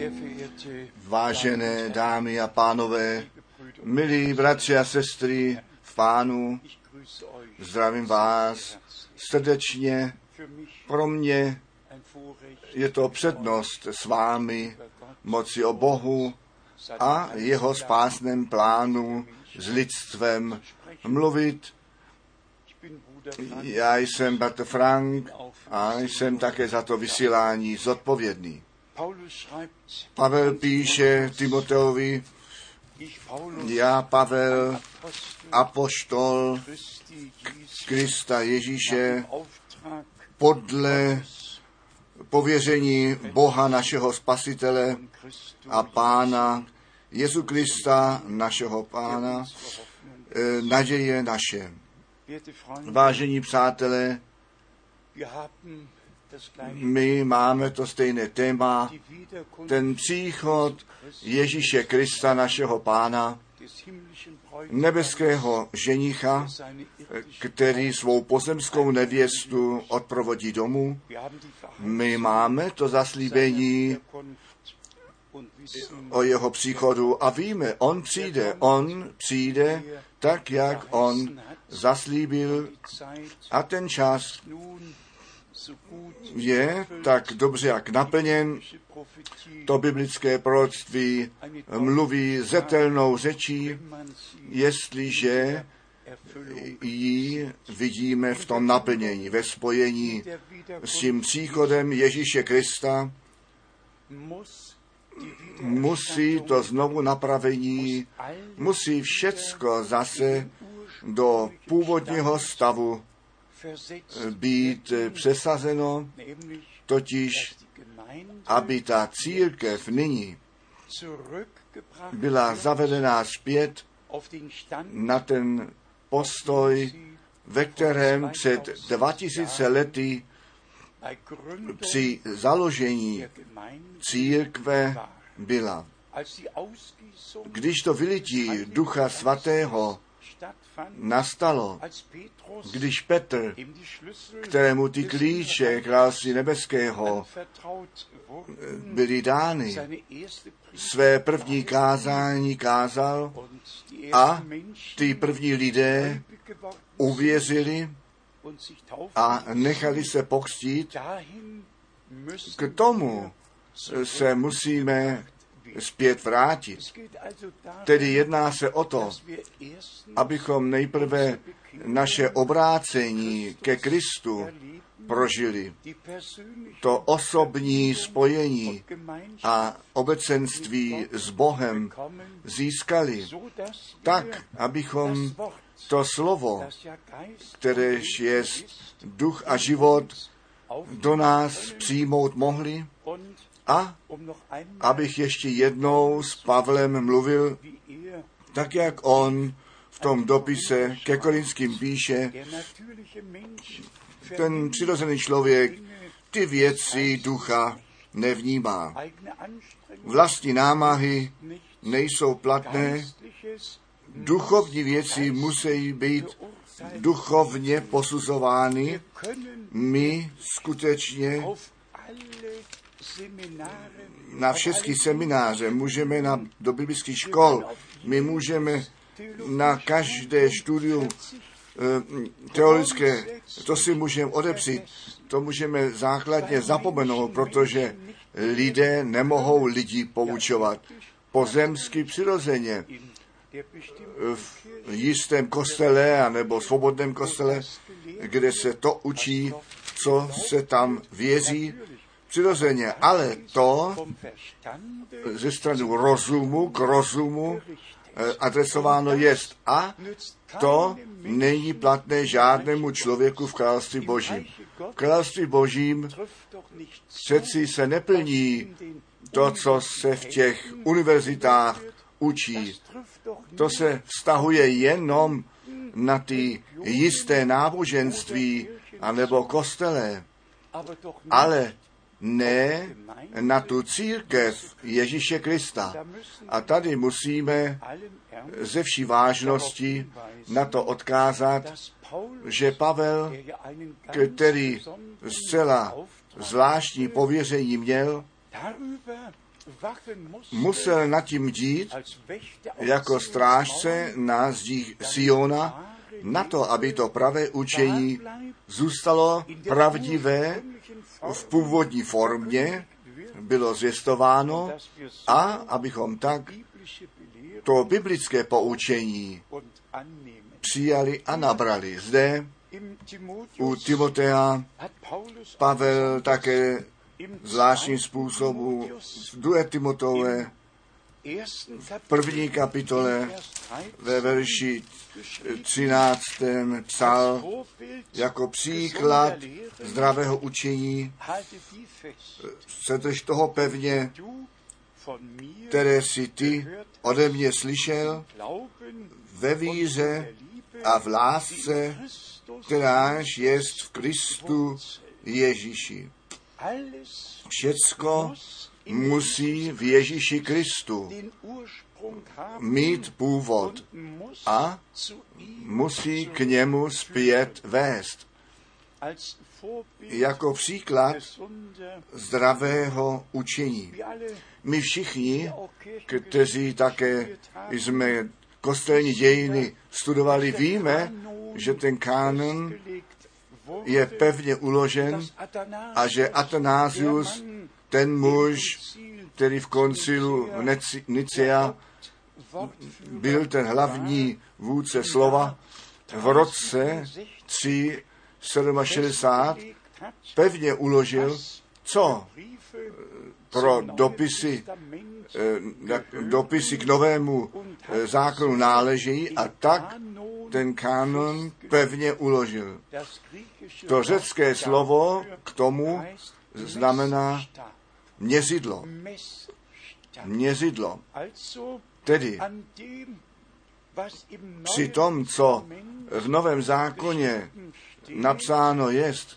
Vážené dámy a pánové, milí bratři a sestry v Pánu, zdravím vás srdečně. Pro mě je to přednost s vámi moci o Bohu a jeho spásném plánu s lidstvem mluvit. Já jsem bratr Frank a jsem také za to vysílání zodpovědný. Pavel píše Timoteovi: já, Pavel, apoštol Krista Ježíše, podle pověření Boha našeho Spasitele a Pána Jezu Krista, našeho Pána, naděje naše. Vážení přátelé, my máme to stejné téma, ten příchod Ježíše Krista, našeho Pána, nebeského ženicha, který svou pozemskou nevěstu odprovodí domů. My máme to zaslíbení o jeho příchodu a víme, on přijde tak, jak on zaslíbil, a ten čas je tak dobře jak naplněn. To biblické proroctví mluví zetelnou řečí, jestliže ji vidíme v tom naplnění, ve spojení s tím příchodem Ježíše Krista. Musí to znovu napravení, musí všecko zase do původního stavu být přesazeno, totiž aby ta církev nyní byla zavedená zpět na ten postoj, ve kterém před 2000 lety při založení církve byla. Když to vylití Ducha Svatého nastalo, když Petr, kterému ty klíče království nebeského byly dány, své první kázání kázal a ty první lidé uvěřili a nechali se pokřtít, k tomu se musíme zpět vrátit. Tedy jedná se o to, abychom nejprve naše obrácení ke Kristu prožili. To osobní spojení a obecenství s Bohem získali tak, abychom to slovo, kteréž je duch a život, do nás přijmout mohli. A abych ještě jednou s Pavlem mluvil, tak jak on v tom dopise ke Korinským píše, ten přirozený člověk ty věci ducha nevnímá. Vlastní námahy nejsou platné, duchovní věci musí být duchovně posuzovány. My skutečně na všechny semináře, můžeme do biblických škol, my můžeme na každé studium teologické, to si můžeme odepřít, to můžeme základně zapomenout, protože lidé nemohou lidi poučovat pozemsky přirozeně. V jistém kostele nebo svobodném kostele, kde se to učí, co se tam věří, přirozeně, ale to ze strany rozumu k rozumu adresováno jest a to není platné žádnému člověku v království Božím. V království Božím přeci se neplní to, co se v těch univerzitách učí. To se vztahuje jenom na ty jisté náboženství anebo kostele, ale ne na tu církev Ježíše Krista. A tady musíme ze vší vážnosti na to odkázat, že Pavel, který zcela zvláštní pověření měl, musel nad tím dít jako strážce na zdích Siona, na to, aby to pravé učení zůstalo pravdivé v původní formě, bylo zvěstováno a abychom tak to biblické poučení přijali a nabrali. Zde u Timotea Pavel také zvláštním způsobu v 2. Timoteové v 1. kapitole ve verši 13. psal jako příklad zdravého učení: se drž toho pevně, které si ty ode mě slyšel, ve víře a v lásce, kteráž jest v Kristu Ježíši. Všecko musí v Ježíši Kristu mít původ a musí k němu zpět vést. Jako příklad zdravého učení. My všichni, kteří také jsme kostelní dějiny studovali, víme, že ten kánon je pevně uložen a že Athanasius, ten muž, který v koncilu Nicea byl ten hlavní vůdce slova, v roce 367 pevně uložil, co pro dopisy k novému zákonu náleží, a tak ten kánon pevně uložil. To řecké slovo k tomu znamená měřidlo. Měřidlo. Tedy při tom, co v Novém zákoně napsáno jest,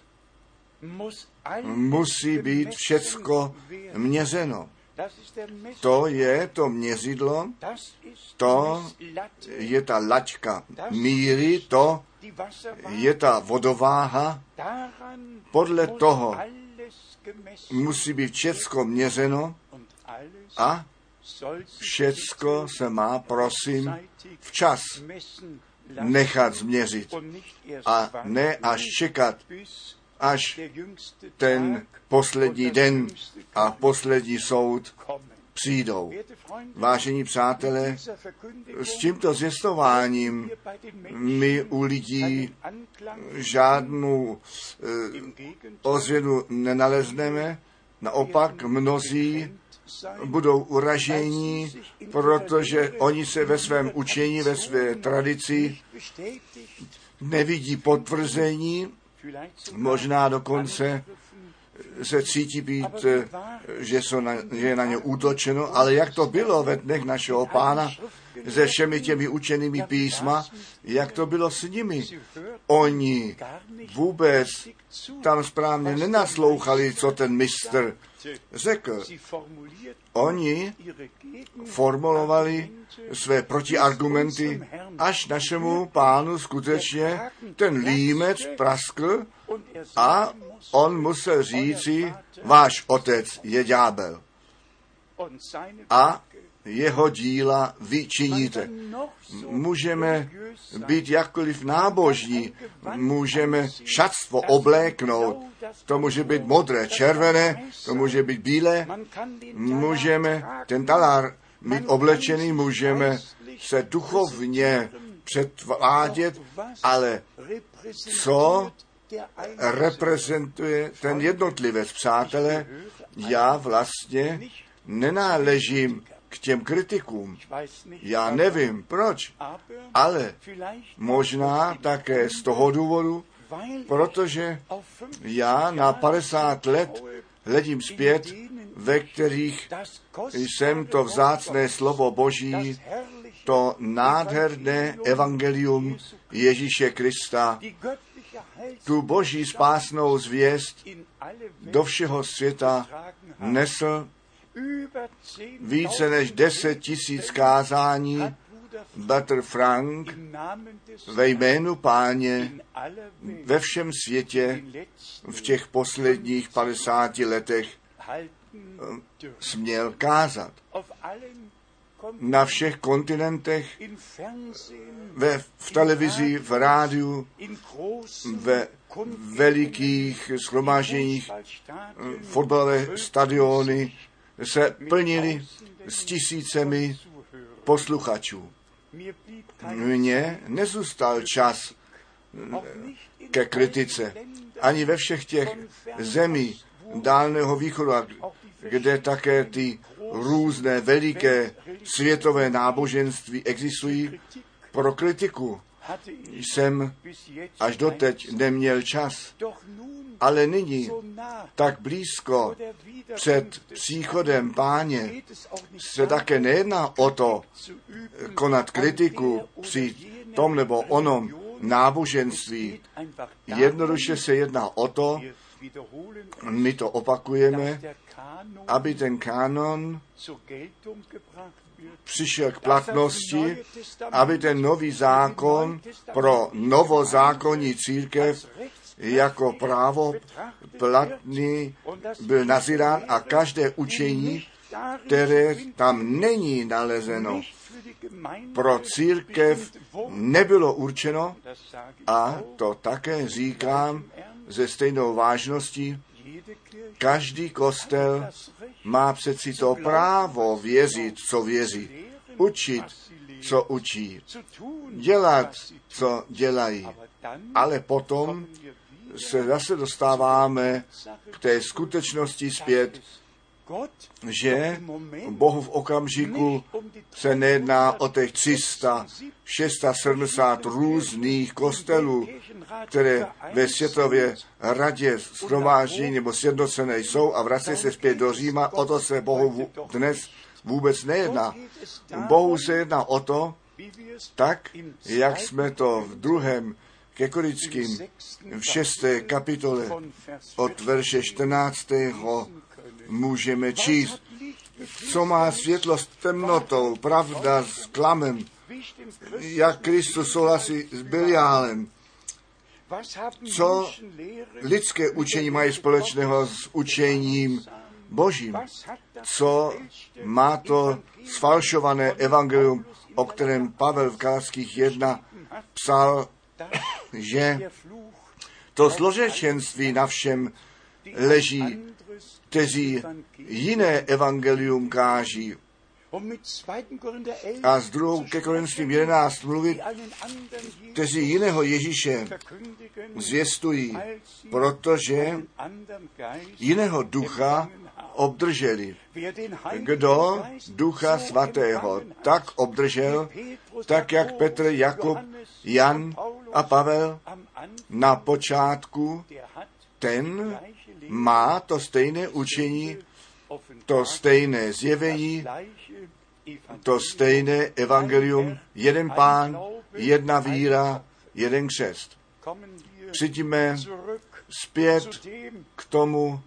musí být všecko měřeno. To je to měřidlo, to je ta laťka míry, to je ta vodováha. Podle toho musí být všecko měřeno a všecko se má, prosím, včas nechat změřit a ne až čekat, až ten poslední den a poslední soud přijdou. Vážení přátelé, s tímto zvěstováním my u lidí žádnou ozvěnu nenalezneme, naopak mnozí budou uraženi, protože oni se ve svém učení, ve své tradici nevidí potvrzení, možná dokonce se cítí být, že je na ně útočeno, ale jak to bylo ve dnech našeho Pána se všemi těmi učenými písma, jak to bylo s nimi. Oni vůbec tam správně nenaslouchali, co ten mistr řekl. Oni formulovali své protiargumenty, až našemu Pánu skutečně ten límec praskl a on musel říci, váš otec je ďábel a jeho díla vy činíte. Můžeme být jakkoliv nábožní, můžeme šatstvo obléknout, to může být modré, červené, to může být bílé, můžeme ten talár mít oblečený, můžeme se duchovně předvádět, ale co reprezentuje ten jednotlivec, přátelé, já vlastně nenáležím k těm kritikům. Já nevím proč, ale možná také z toho důvodu, protože já na 50 let hledím zpět, ve kterých jsem to vzácné slovo Boží, to nádherné evangelium Ježíše Krista, tu Boží spásnou zvěst do všeho světa nesl. Více než 10 000 kázání bratr Frank ve jménu Páně ve všem světě v těch posledních 50 letech směl kázat. Na všech kontinentech, v televizi, v rádiu, ve velikých shromážděních, fotbalové stadiony se plnily s tisícemi posluchačů. Mně nezůstal čas ke kritice. Ani ve všech těch zemí Dálného východu, kde také ty různé veliké světové náboženství existují, pro kritiku jsem až doteď neměl čas. Ale nyní, tak blízko před příchodem Páně, se také nejedná o to konat kritiku při tom nebo onom náboženství. Jednoduše se jedná o to, my to opakujeme, aby ten kánon přišel k platnosti, aby ten nový zákon pro novozákonní církev jako právo platný byl nazírán a každé učení, které tam není nalezeno, pro církev nebylo určeno, a to také říkám ze stejnou vážností. Každý kostel má přeci to právo věřit, co věří, učit, co učí, dělat, co dělají. Ale potom se zase dostáváme k té skutečnosti zpět, že Bohu v okamžiku se nejedná o těch 370 různých kostelů, které ve Světové radě shromáždění nebo sjednocené jsou a vrací se zpět do Říma. O to se Bohu dnes vůbec nejedná. Bohu se jedná o to, tak, jak jsme to v 2. ke Korinským v 6. kapitole od verše 14. můžeme číst. Co má světlo s temnotou, pravda s klamem, jak Kristus souhlasí s Beliálem. Co lidské učení mají společného s učením Božím? Co má to sfalšované evangelium, o kterém Pavel v Galatských 1 psal, že to zlořečenství na všem leží, kteří jiné evangelium káží. A z 2. ke Korinským 11 mluvit, kteří jiného Ježíše zvěstují, protože jiného ducha obdrželi. Kdo Ducha Svatého tak obdržel, tak jak Petr, Jakub, Jan a Pavel na počátku, ten má to stejné učení, to stejné zjevení, to stejné evangelium, jeden Pán, jedna víra, jeden křest. Přijďme zpět k tomu,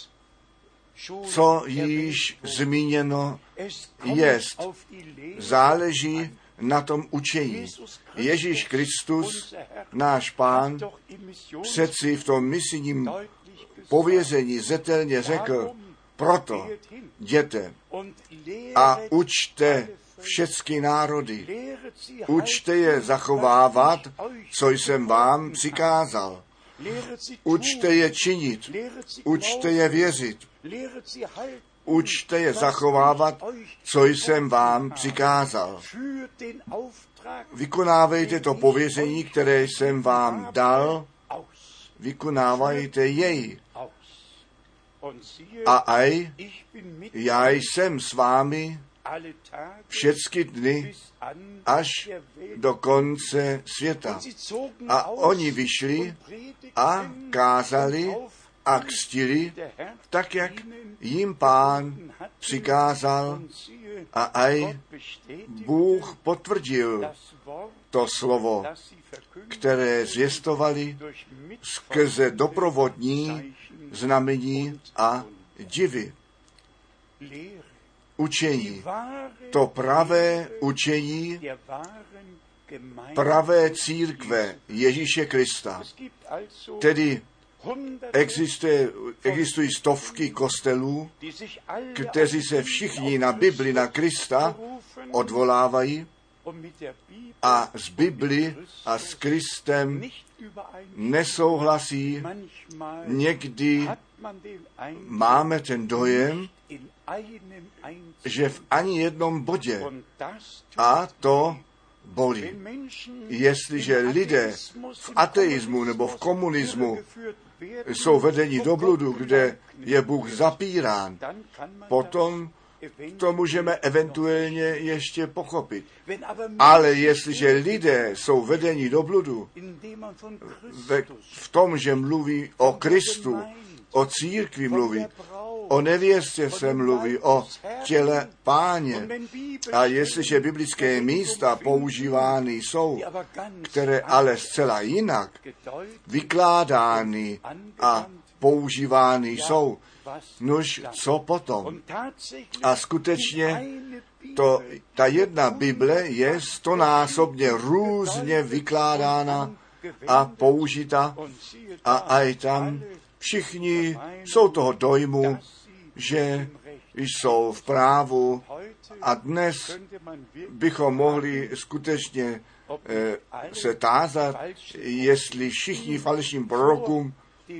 co již zmíněno jest. Záleží na tom učení. Ježíš Kristus, náš Pán, přeci v tom misijním pověření zetelně řekl, proto jděte a učte všechny národy. Učte je zachovávat, co jsem vám přikázal. Učte je činit, učte je věřit, učte je zachovávat, co jsem vám přikázal. Vykonávejte to pověření, které jsem vám dal, vykonávajte jej. A aj, já jsem s vámi všechny dny až do konce světa. A oni vyšli a kázali a křtili, tak jak jim Pán přikázal, a aj Bůh potvrdil to slovo, které zvěstovali skrze doprovodní znamení a divy. Učení, to pravé učení, pravé církve Ježíše Krista. Tedy Existují stovky kostelů, kteří se všichni na Bibli, na Krista odvolávají a z Bibli a s Kristem nesouhlasí. Někdy máme ten dojem, že v ani jednom bodě, a to bolí. Jestliže lidé v ateismu nebo v komunismu jsou vedeni do bludu, kde je Bůh zapírán, potom to můžeme eventuálně ještě pochopit. Ale jestliže lidé jsou vedeni do bludu v tom, že mluví o Kristu, o církvi mluví, o nevěstě se mluví, o těle Páně. A jestliže biblické místa používány jsou, které ale zcela jinak vykládány a používány jsou, nož co potom? A skutečně ta jedna Bible je stonásobně různě vykládána a použita a aj tam všichni jsou toho dojmu, že jsou v právu a dnes bychom mohli skutečně se tázat, jestli všichni falešným prorokům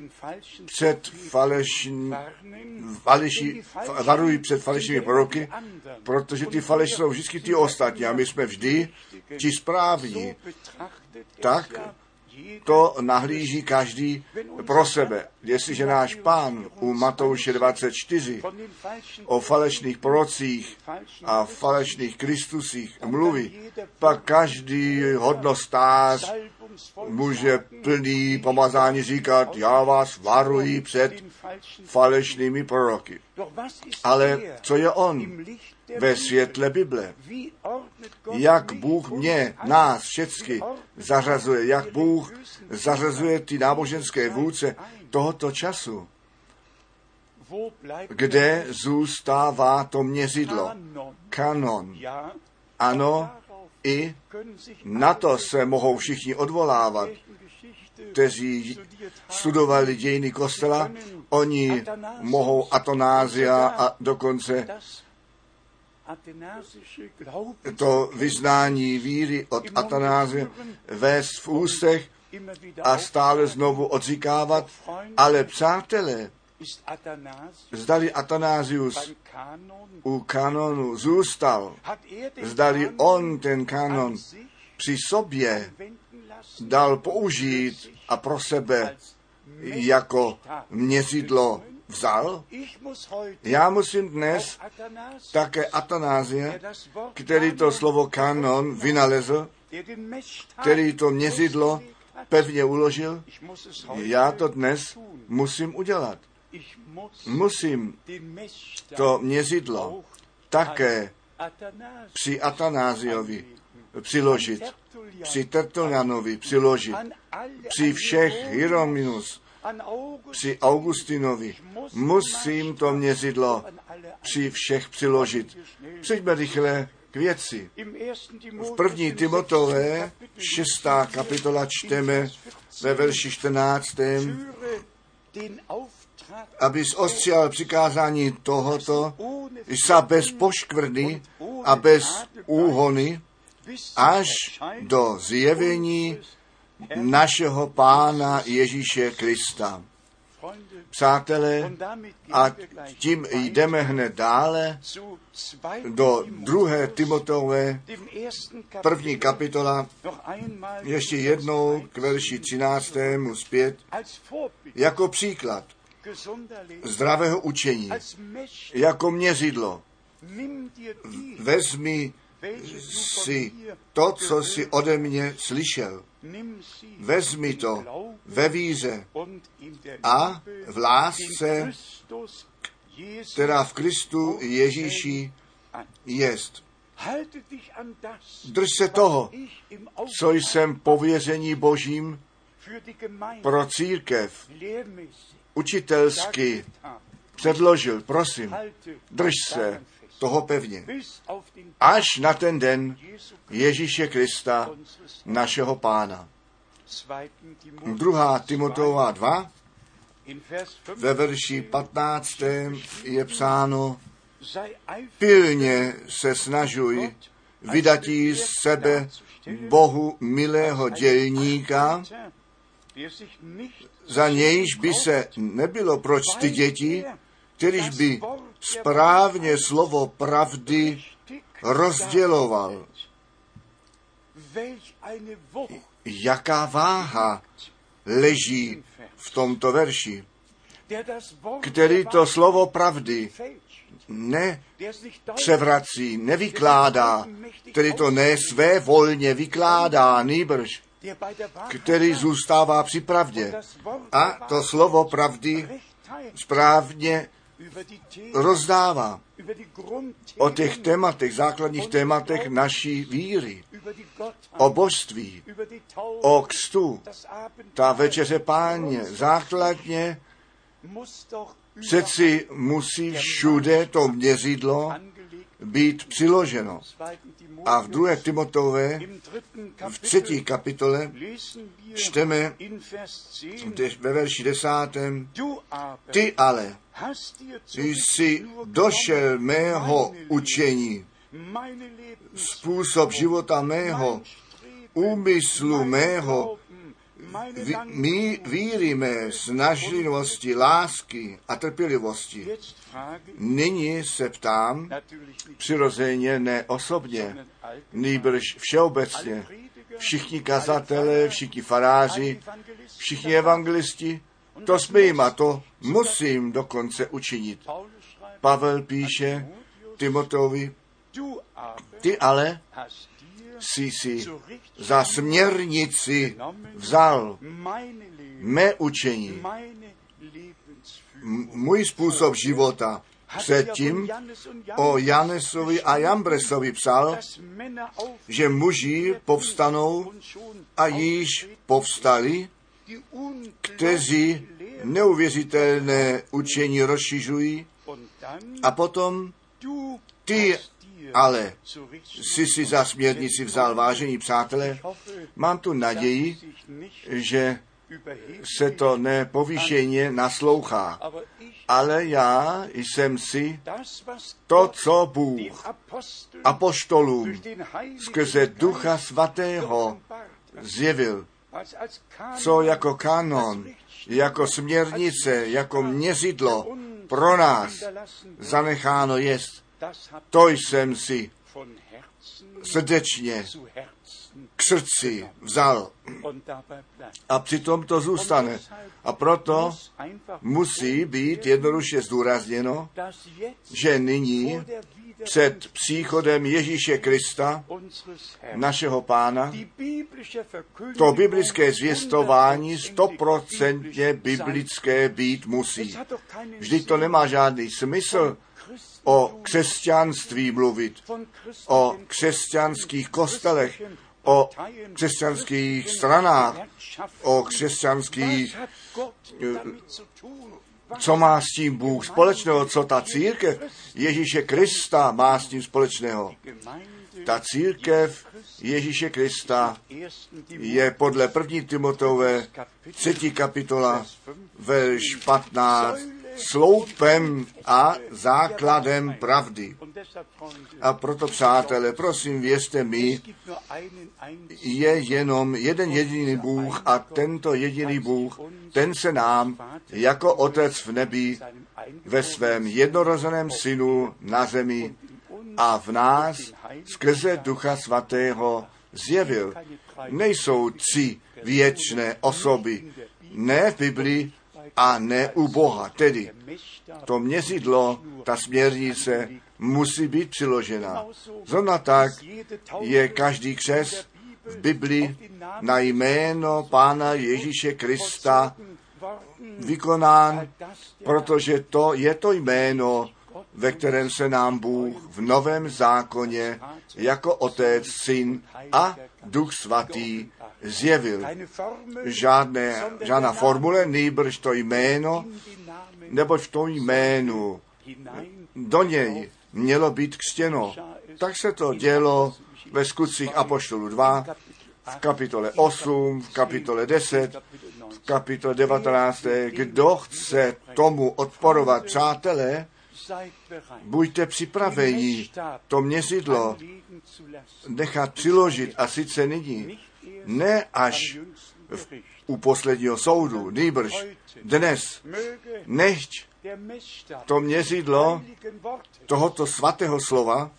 varují před falešnými proroky, protože ty falešní jsou vždycky ty ostatní a my jsme vždy ti správní. Tak to nahlíží každý pro sebe. Jestliže náš Pán u Matouše 24 o falešných prorocích a falešných Kristusích mluví, pak každý hodnostář může plný pomazání říkat, já vás varuji před falešnými proroky. Ale co je on ve světle Bible? Jak Bůh nás všechny zařazuje, jak Bůh zařazuje ty náboženské vůdce tohoto času, kde zůstává to měřidlo, kanon. Ano, i na to se mohou všichni odvolávat, kteří studovali dějiny kostela. Oni mohou Atanázia a dokonce to vyznání víry od Atanázia vést v ústech a stále znovu odříkávat. Ale přátelé, zdali Atanázius u kanonu zůstal, zdali on ten kanon při sobě dal použít a pro sebe jako měřidlo vzal. Já musím dnes také Atanázie, který to slovo kanon vynalezl, který to měřidlo pevně uložil, já to dnes musím udělat. Musím to měřidlo také při Atanáziovi přiložit, při Tertulianovi přiložit, při všech Hierominus, při Augustinovi. Musím to měřidlo při všech přiložit. Přijďme rychle k věci. V 1. Timotové 6. kapitola čteme ve verši 14. Aby zostřel přikázání tohoto, sa bez poškvrny a bez úhony, až do zjevení našeho Pána Ježíše Krista. Přátelé, a tím jdeme hned dále do 2. Timotové 1. kapitola, ještě jednou k verši 13. zpět, jako příklad zdravého učení, jako měřidlo. Vezmi si to, co jsi ode mě slyšel. Vezmi to ve víře a v lásce, která v Kristu Ježíši jest. Drž se toho, co jsem pověření Božím pro církev učitelsky předložil. Prosím, drž se toho pevně. Až na ten den Ježíše Krista, našeho Pána. 2. Timotova 2, Ve verši 15. je psáno: pilně se snažuj vydatí z sebe Bohu milého dělníka, za nějž by se nebylo proč styděti, kterýž by správně slovo pravdy rozděloval. Jaká váha leží v tomto verši, který to slovo pravdy nepřevrací, nevykládá, který to ne své volně vykládá, nýbrž, který zůstává při pravdě. A to slovo pravdy správně rozdává o těch tématech, základních tématech naší víry, o božství, o křtu, ta večeře Páně, základně přeci musí všude to měřidlo být přiloženo. A v 2. Timoteové, v 3. kapitole, čteme ve verši 10. Ty ale jsi došel mého učení, způsob života mého, úmyslu mého, víry mé, snažlivosti, lásky a trpělivosti. Nyní se ptám, přirozeně ne osobně, nýbrž všeobecně, všichni kazatelé, všichni faráři, všichni evangelisti, to smím a to musím dokonce učinit. Pavel píše Timoteovi: ty ale jsi si za směrnici vzal mé učení, můj způsob života. Předtím o Janesovi a Jambresovi psal, že muži povstanou a již povstali, kteří neuvěřitelné učení rozšiřují, a potom ty ale jsi si za směrnici vzal. Vážení přátelé, mám tu naději, že se to nepovýšeně naslouchá, ale já jsem si to, co Bůh apoštolům skrze Ducha Svatého zjevil, co jako kanon, jako směrnice, jako měřidlo pro nás zanecháno jest, to jsem si srdečně k srdci vzal. A přitom to zůstane. A proto musí být jednoduše zdůrazněno, že nyní před příchodem Ježíše Krista, našeho Pána, to biblické zvěstování 100% biblické být musí. Vždyť to nemá žádný smysl o křesťanství mluvit, o křesťanských kostelech, o křesťanských stranách, o křesťanských... Co má s tím Bůh společného, co ta církev Ježíše Krista má s tím společného? Ta církev Ježíše Krista je podle 1. Timoteové 3. kapitola, verš 15, sloupem a základem pravdy. A proto, přátelé, prosím, věřte mi, je jenom jeden jediný Bůh a tento jediný Bůh, ten se nám jako Otec v nebi ve svém jednorozeném Synu na zemi a v nás skrze Ducha Svatého zjevil. Nejsou tři věčné osoby, ne v Biblii a ne u Boha. Tedy to měřidlo, ta směrnice musí být přiložena. Zrovna tak je každý křest v Biblii na jméno Pána Ježíše Krista vykonán, protože to je to jméno, ve kterém se nám Bůh v Novém zákoně jako Otec, Syn a Duch Svatý zjevil. Žádná formule, nýbrž to jméno, neboť v tom jménu do něj mělo být křtěno. Tak se to dělo ve Skutcích apoštolů 2, v kapitole 8, v kapitole 10, v v kapitole 19. Kdo chce tomu odporovat, přátelé, buďte připraveni to měřidlo nechat přiložit, a sice nyní, ne až u posledního soudu, nýbrž dnes, nechť to měřidlo tohoto svatého slova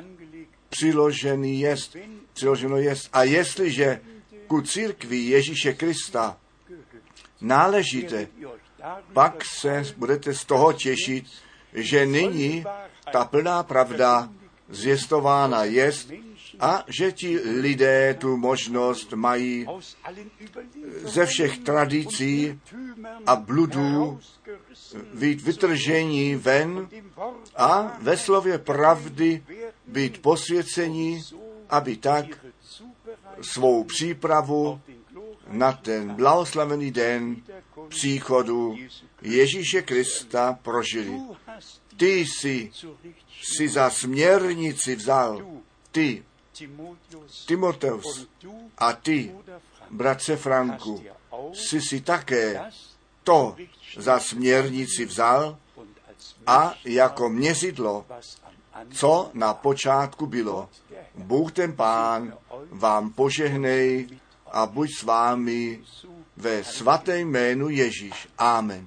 přiloženo jest. A jestliže ku církvi Ježíše Krista náležíte, pak se budete z toho těšit, že nyní ta plná pravda zvěstována jest a že ti lidé tu možnost mají ze všech tradicí a bludů být vytržení ven a ve slově pravdy být posvěcení, aby tak svou přípravu na ten blahoslavený den příchodu Ježíše Krista prožili. Ty jsi za směrnici vzal, ty, Timoteus, a ty, bratře Franku, jsi také to za směrnici vzal a jako měřidlo, co na počátku bylo. Bůh ten Pán vám požehnej a buď s vámi ve svatém jménu Ježíš. Amen.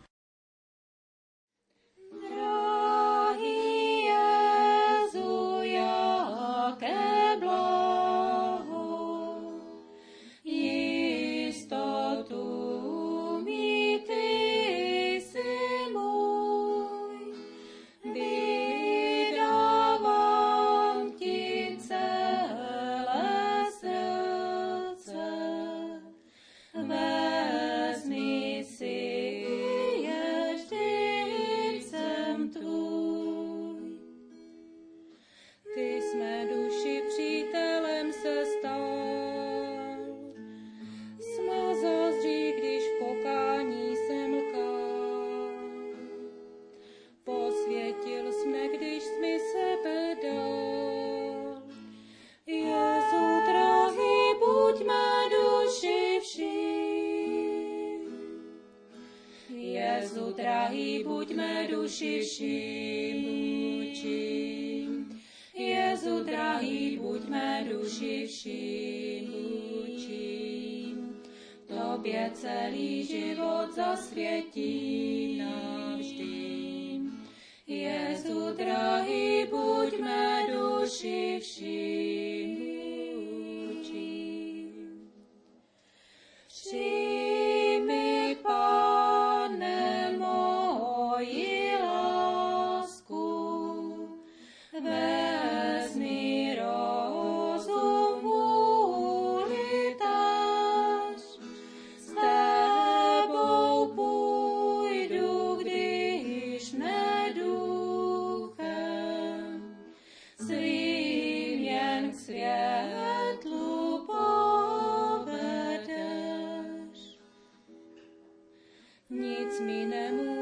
Drahý, buďme duši vším učím. Jezu, drahý, buďme duši vším učím. Tobě celý život zasvětím navždy. Jezu, drahý, buďme duši vším učím. Přijmi, Pane, moji lásku, vezmi rozum, vůli táž. S tebou půjdu, když neduchem svým jen k světlu povedeš. Nic mi nemůže